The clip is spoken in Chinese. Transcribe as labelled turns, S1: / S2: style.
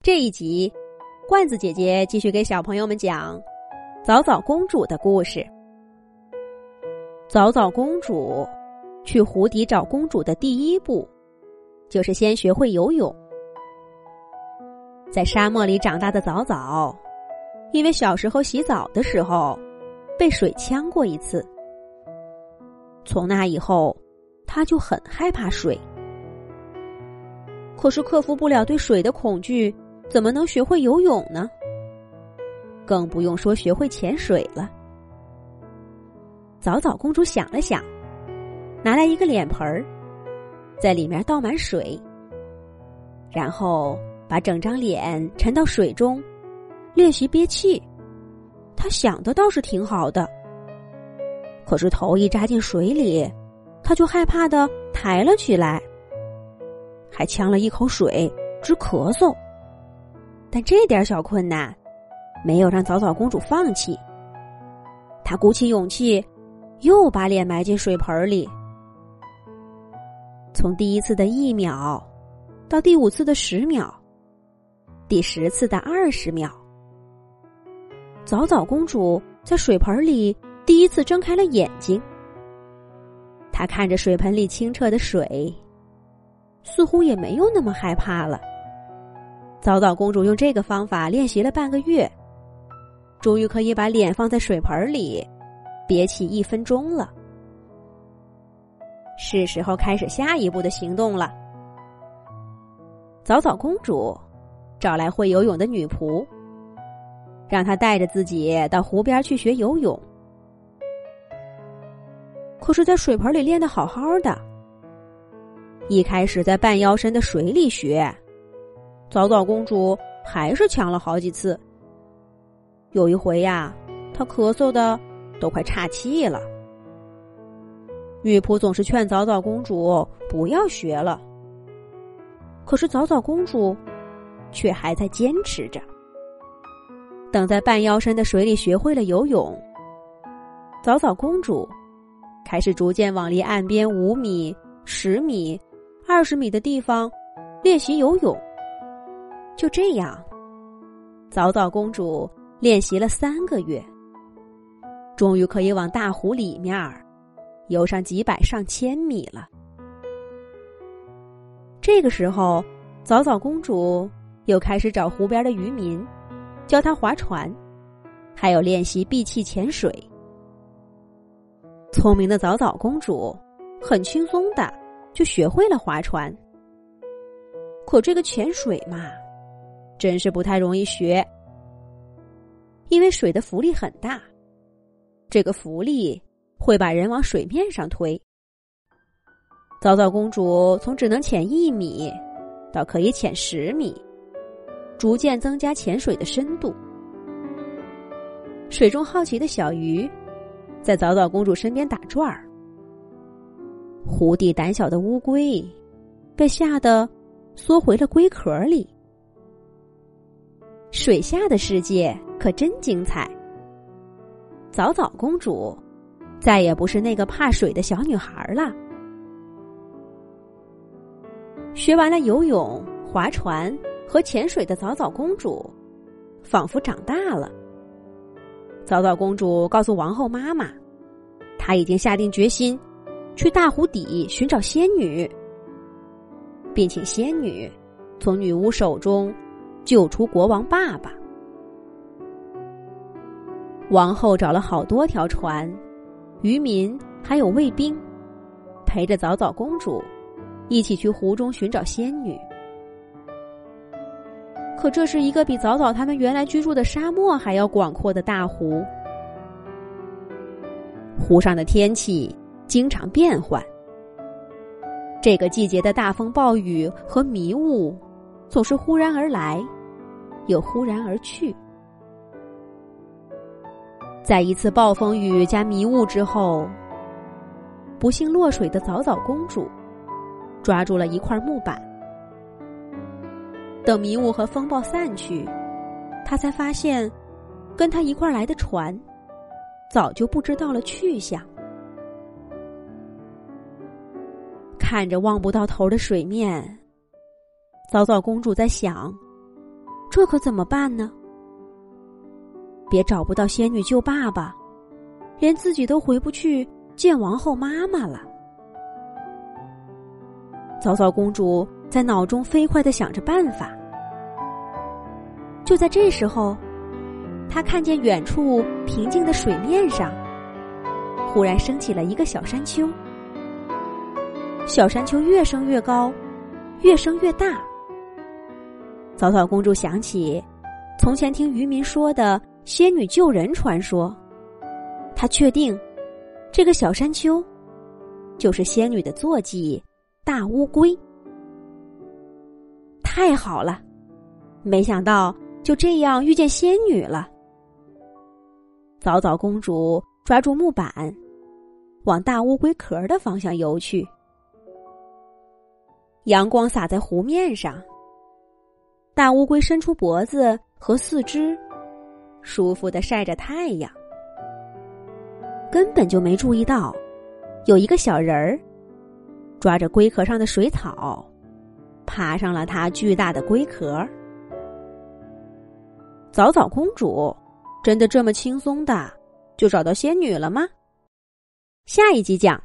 S1: 这一集，罐子姐姐继续给小朋友们讲早早公主的故事。早早公主去湖底找公主的第一步，就是先学会游泳。在沙漠里长大的早早，因为小时候洗澡的时候被水呛过一次，从那以后她就很害怕水。可是克服不了对水的恐惧，怎么能学会游泳呢？更不用说学会潜水了。早早公主想了想，拿来一个脸盆儿，在里面倒满水，然后把整张脸沉到水中，练习憋气。她想的倒是挺好的，可是头一扎进水里，她就害怕地抬了起来，还呛了一口水，直咳嗽。但这点小困难没有让早早公主放弃，她鼓起勇气，又把脸埋进水盆里。从第一次的1秒到第5次的10秒，第10次的20秒，早早公主在水盆里第一次睁开了眼睛。她看着水盆里清澈的水，似乎也没有那么害怕了。早早公主用这个方法练习了半个月，终于可以把脸放在水盆里憋气1分钟了。是时候开始下一步的行动了。早早公主找来会游泳的女仆，让她带着自己到湖边去学游泳。可是在水盆里练得好好的，一开始在半腰深的水里学，早早公主还是呛了好几次。有一回呀，她咳嗽的都快岔气了。女仆总是劝早早公主不要学了，可是早早公主却还在坚持着。等在半腰深的水里学会了游泳，早早公主开始逐渐往离岸边5米、10米、20米的地方练习游泳。就这样，早早公主练习了3个月，终于可以往大湖里面游上几百上千米了。这个时候，早早公主又开始找湖边的渔民，教她划船，还有练习闭气潜水。聪明的早早公主很轻松的就学会了划船。可这个潜水嘛，真是不太容易学，因为水的浮力很大，这个浮力会把人往水面上推。早早公主从只能潜1米到可以潜10米，逐渐增加潜水的深度。水中好奇的小鱼在早早公主身边打转儿，湖底胆小的乌龟被吓得缩回了龟壳里。水下的世界可真精彩。早早公主再也不是那个怕水的小女孩了。学完了游泳、划船和潜水的早早公主仿佛长大了。早早公主告诉王后妈妈，她已经下定决心去大湖底寻找仙女，并请仙女从女巫手中救出国王爸爸。王后找了好多条船、渔民还有卫兵，陪着早早公主一起去湖中寻找仙女。可这是一个比早早他们原来居住的沙漠还要广阔的大湖，湖上的天气经常变换，这个季节的大风暴雨和迷雾总是忽然而来，又忽然而去。在一次暴风雨加迷雾之后，不幸落水的早早公主抓住了一块木板。等迷雾和风暴散去，她才发现跟她一块来的船早就不知道了去向。看着望不到头的水面，早早公主在想， 这可怎么办呢？别找不到仙女救爸爸，连自己都回不去见王后妈妈了。早早公主在脑中飞快地想着办法。就在这时候，她看见远处平静的水面上，忽然升起了一个小山丘。小山丘越升越高，越升越大。早早公主想起从前听渔民说的仙女救人传说，她确定这个小山丘就是仙女的坐骑大乌龟。太好了，没想到就这样遇见仙女了。早早公主抓住木板，往大乌龟壳的方向游去。阳光洒在湖面上，大乌龟伸出脖子和四肢，舒服地晒着太阳，根本就没注意到有一个小人儿抓着龟壳上的水草，爬上了它巨大的龟壳。早早公主真的这么轻松的就找到仙女了吗？下一集讲。